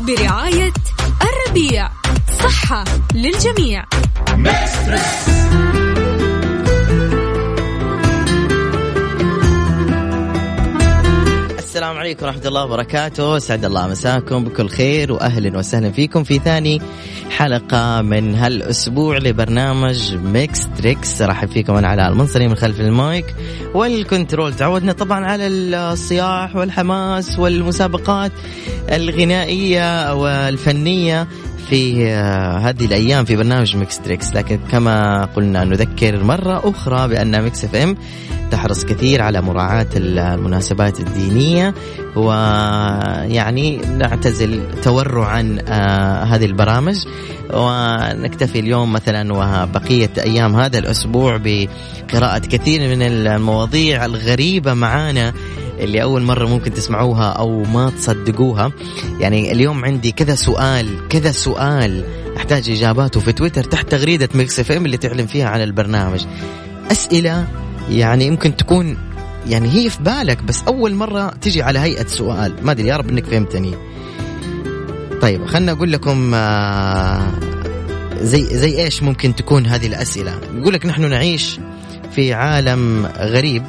برعاية الربيع، صحة للجميع. السلام عليكم ورحمة الله وبركاته، سعد الله مساكم بكل خير وأهلا وسهلا فيكم في ثاني حلقة من هالأسبوع لبرنامج ميكس تريكس. رحب فيكم أنا علاء المنصري من خلف المايك والكنترول. تعودنا طبعا على الصياح والحماس والمسابقات الغنائية والفنية في هذه الأيام في برنامج ميكس تريكس، لكن كما قلنا نذكر مرة أخرى بأن ميكس اف ام تحرص كثير على مراعاة المناسبات الدينية، ويعني نعتزل تورعا هذه البرامج، ونكتفي اليوم مثلا وبقية أيام هذا الأسبوع بقراءة كثير من المواضيع الغريبة معانا اللي أول مرة ممكن تسمعوها أو ما تصدقوها. يعني اليوم عندي كذا سؤال أحتاج إجاباته في تويتر تحت تغريدة ميكس اف ام اللي تعلن فيها عن البرنامج. أسئلة يعني يمكن تكون يعني هي في بالك بس أول مرة تجي على هيئة سؤال، ما أدري، يا رب إنك فهمتني. طيب خلنا أقول لكم زي إيش ممكن تكون هذه الأسئلة. يقول لك نحن نعيش في عالم غريب،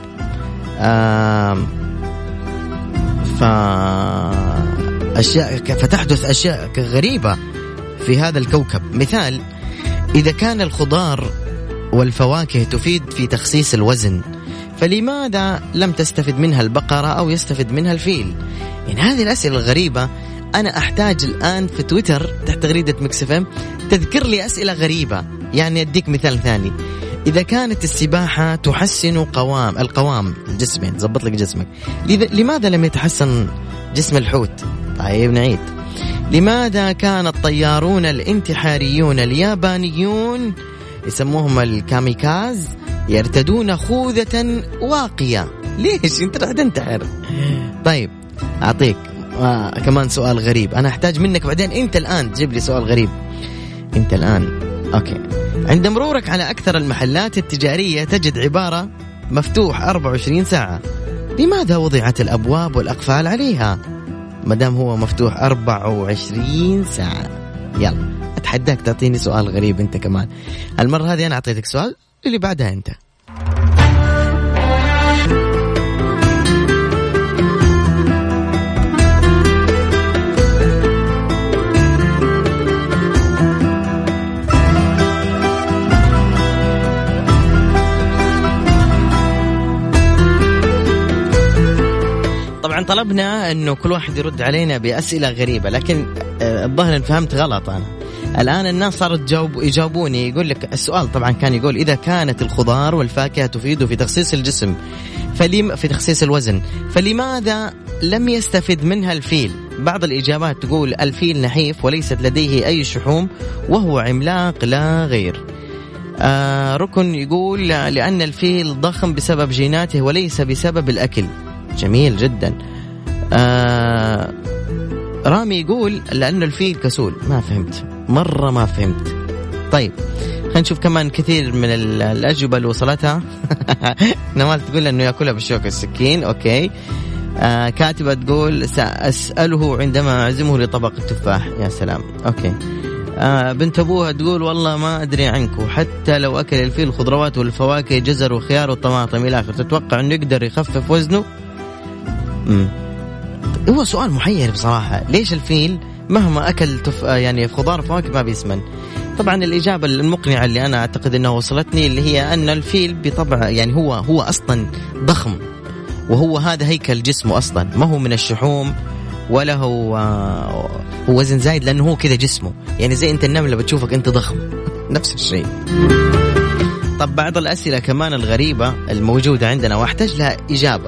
فتحدث أشياء غريبة في هذا الكوكب. مثال، إذا كان الخضار والفواكه تفيد في تخسيس الوزن، فلماذا لم تستفد منها البقرة أو يستفد منها الفيل؟ يعني هذه الأسئلة الغريبة أنا أحتاج الآن في تويتر تحت تغريدة ميكس اف ام تذكر لي أسئلة غريبة. يعني أديك مثال ثاني، إذا كانت السباحة تحسن القوام الجسم، تضبط لك جسمك، لماذا لم يتحسن جسم الحوت؟ طيب نعيد، لماذا كان الطيارون الانتحاريون اليابانيون يسموهم الكاميكاز يرتدون خوذة واقية؟ ليش انت راح تنتحر؟ طيب أعطيك كمان سؤال غريب، أنا أحتاج منك بعدين أنت الآن تجيب لي سؤال غريب أنت الآن. أوكي، عند مرورك على أكثر المحلات التجارية تجد عبارة مفتوح 24 ساعة، لماذا وضعت الأبواب والأقفال عليها مدام هو مفتوح 24 ساعة؟ يلا أتحداك تعطيني سؤال غريب أنت كمان. المرة هذه أنا أعطيتك سؤال، اللي بعدها أنت. طبعا طلبنا أنه كل واحد يرد علينا بأسئلة غريبة، لكن الظاهر فهمت غلط. أنا الآن الناس صارت يجاوبوني. يقول لك السؤال طبعا كان يقول إذا كانت الخضار والفاكهة تفيد في تخسيس الجسم في تخسيس الوزن، فلماذا لم يستفد منها الفيل؟ بعض الإجابات تقول الفيل نحيف وليست لديه أي شحوم وهو عملاق لا غير. ركن يقول لأن الفيل ضخم بسبب جيناته وليس بسبب الأكل. جميل جدا. رامي يقول لأن الفيل كسول. ما فهمت، مرة ما فهمت. طيب خلينا نشوف كمان كثير من الأجوبة اللي وصلتها. نوال تقول أنه يأكلها بالشوكة السكين. أوكي. كاتبة تقول سأسأله عندما أعزمه لطبق التفاح. يا سلام. أوكي. بنت أبوها تقول والله ما أدري عنكم، حتى لو أكل الفيل الخضروات والفواكه جزر وخيار وطماطم إلى آخر، تتوقع أنه يقدر يخفف وزنه؟ هو سؤال محير بصراحة. ليش الفيل مهما أكل يعني خضار وفواكه ما بيسمن؟ طبعا الإجابة المقنعة اللي أنا أعتقد أنها وصلتني اللي هي أن الفيل بطبع يعني هو أصلا ضخم، وهو هذا هيكل جسمه أصلا، ما هو من الشحوم ولا هو وزن زايد، لأنه هو كذا جسمه، يعني زي أنت النملة بتشوفك أنت ضخم. نفس الشيء. طب بعض الأسئلة كمان الغريبة الموجودة عندنا واحتاج لها إجابة.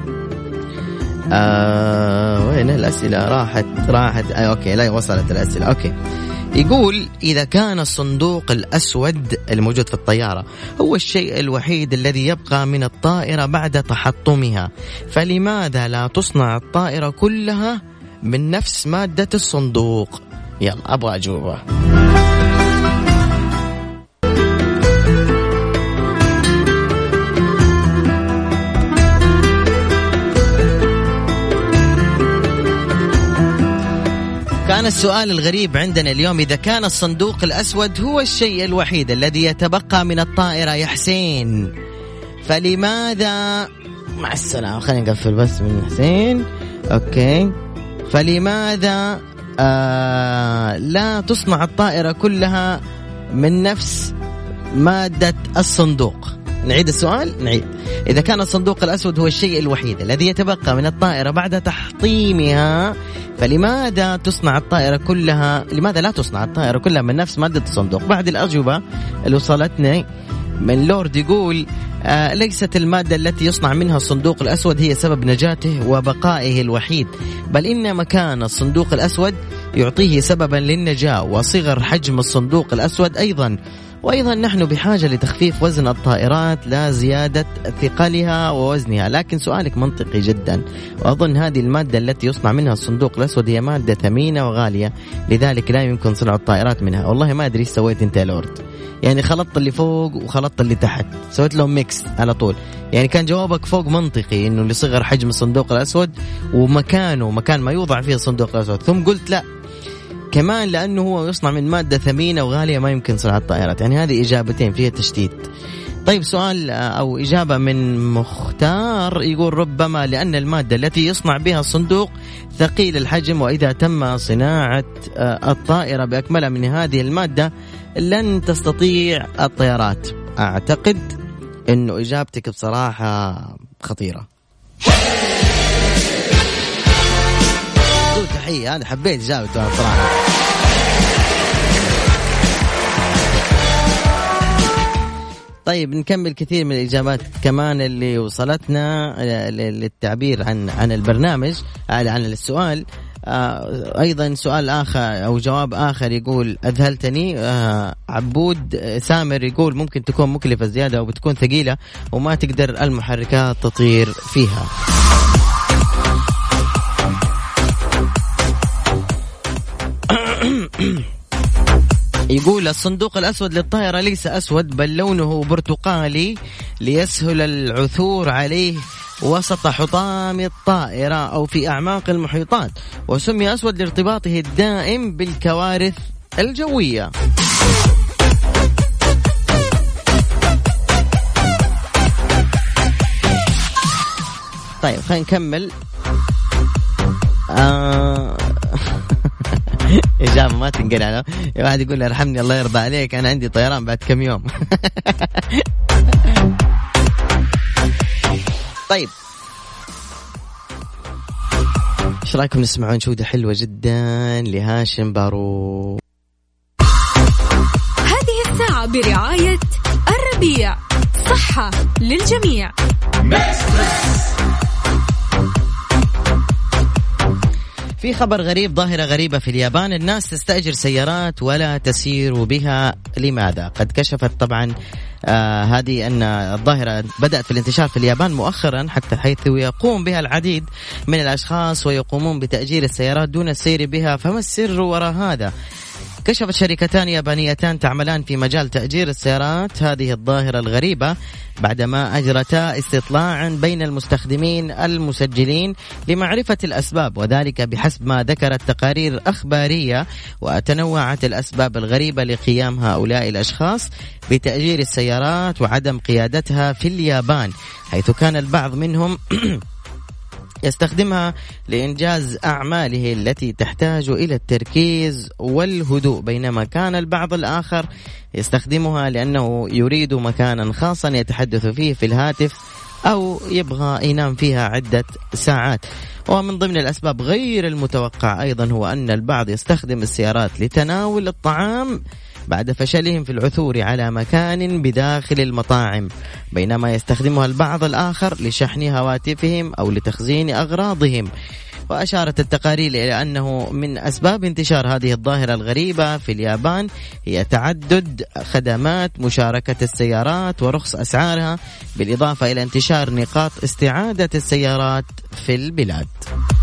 وين الأسئلة؟ راحت. أوكي، لا وصلت الأسئلة. أوكي. يقول إذا كان الصندوق الأسود الموجود في الطيارة هو الشيء الوحيد الذي يبقى من الطائرة بعد تحطمها، فلماذا لا تصنع الطائرة كلها من نفس مادة الصندوق؟ يلا أبغى أجوبة. كان السؤال الغريب عندنا اليوم: إذا كان الصندوق الأسود هو الشيء الوحيد الذي يتبقى من الطائرة يا حسين، فلماذا، مع السلامة خلينا نقفل بس من حسين، أوكي، فلماذا لا تصنع الطائرة كلها من نفس مادة الصندوق؟ نعيد السؤال، نعيد. إذا كان الصندوق الأسود هو الشيء الوحيد الذي يتبقى من الطائرة بعد تحطيمها، فلماذا تصنع الطائرة كلها، لماذا لا تصنع الطائرة كلها من نفس مادة الصندوق؟ بعد الأجوبة اللي وصلتني من لورد يقول ليست المادة التي يصنع منها الصندوق الأسود هي سبب نجاته وبقائه الوحيد، بل إن مكان الصندوق الأسود يعطيه سببا للنجاة وصغر حجم الصندوق الأسود أيضا. وأيضا نحن بحاجة لتخفيف وزن الطائرات لا زيادة ثقلها ووزنها. لكن سؤالك منطقي جدا، وأظن هذه المادة التي يصنع منها الصندوق الأسود هي مادة ثمينة وغالية، لذلك لا يمكن صنع الطائرات منها. والله ما أدري إيش سويت أنت يا لورد، يعني خلطت اللي فوق وخلطت اللي تحت، سويت لهم ميكس على طول. يعني كان جوابك فوق منطقي إنه لصغر حجم الصندوق الأسود ومكانه مكان ما يوضع فيه الصندوق الأسود، ثم قلت لا كمان لأنه هو يصنع من مادة ثمينة وغالية ما يمكن صنع الطائرات. يعني هذه إجابتين فيها تشتيت. طيب سؤال أو إجابة من مختار يقول: ربما لأن المادة التي يصنع بها الصندوق ثقيل الحجم، وإذا تم صناعة الطائرة بأكملها من هذه المادة لن تستطيع الطيارات. أعتقد أنه إجابتك بصراحة خطيرة. تحية، أنا حبيت إجابتها صراحة. طيب نكمل كثير من الإجابات كمان اللي وصلتنا للتعبير عن البرنامج، عن السؤال. أيضا سؤال آخر أو جواب آخر يقول: أذهلتني. عبود سامر يقول: ممكن تكون مكلفة زيادة وبتكون ثقيلة وما تقدر المحركات تطير فيها. يقول: الصندوق الأسود للطائرة ليس أسود بل لونه برتقالي ليسهل العثور عليه وسط حطام الطائرة أو في أعماق المحيطات، وسمي أسود لارتباطه الدائم بالكوارث الجوية. طيب خلينا نكمل. إجابة ما تنقل. واحد يقول: ارحمني الله يرضى عليك، أنا عندي طيران بعد كم يوم. طيب إيش رأيكم نسمعون شودة حلوة جدا لهاشم بارو؟ هذه الساعة برعاية الربيع، صحة للجميع. في خبر غريب، ظاهرة غريبة في اليابان، الناس تستأجر سيارات ولا تسير بها. لماذا؟ قد كشفت طبعا هذه أن الظاهرة بدأت في الانتشار في اليابان مؤخرا، حتى حيث يقوم بها العديد من الأشخاص ويقومون بتأجير السيارات دون السير بها. فما السر وراء هذا؟ كشفت شركتان يابانيتان تعملان في مجال تأجير السيارات هذه الظاهرة الغريبة بعدما أجرتا استطلاعا بين المستخدمين المسجلين لمعرفة الأسباب، وذلك بحسب ما ذكرت تقارير أخبارية. وتنوعت الأسباب الغريبة لقيام هؤلاء الأشخاص بتأجير السيارات وعدم قيادتها في اليابان، حيث كان البعض منهم يستخدمها لإنجاز أعماله التي تحتاج إلى التركيز والهدوء، بينما كان البعض الآخر يستخدمها لأنه يريد مكانا خاصا يتحدث فيه في الهاتف أو يبغى ينام فيها عدة ساعات. ومن ضمن الأسباب غير المتوقع أيضا هو أن البعض يستخدم السيارات لتناول الطعام بعد فشلهم في العثور على مكان بداخل المطاعم، بينما يستخدمها البعض الآخر لشحن هواتفهم أو لتخزين أغراضهم. وأشارت التقارير إلى أنه من أسباب انتشار هذه الظاهرة الغريبة في اليابان هي تعدد خدمات مشاركة السيارات ورخص أسعارها، بالإضافة إلى انتشار نقاط استعادة السيارات في البلاد.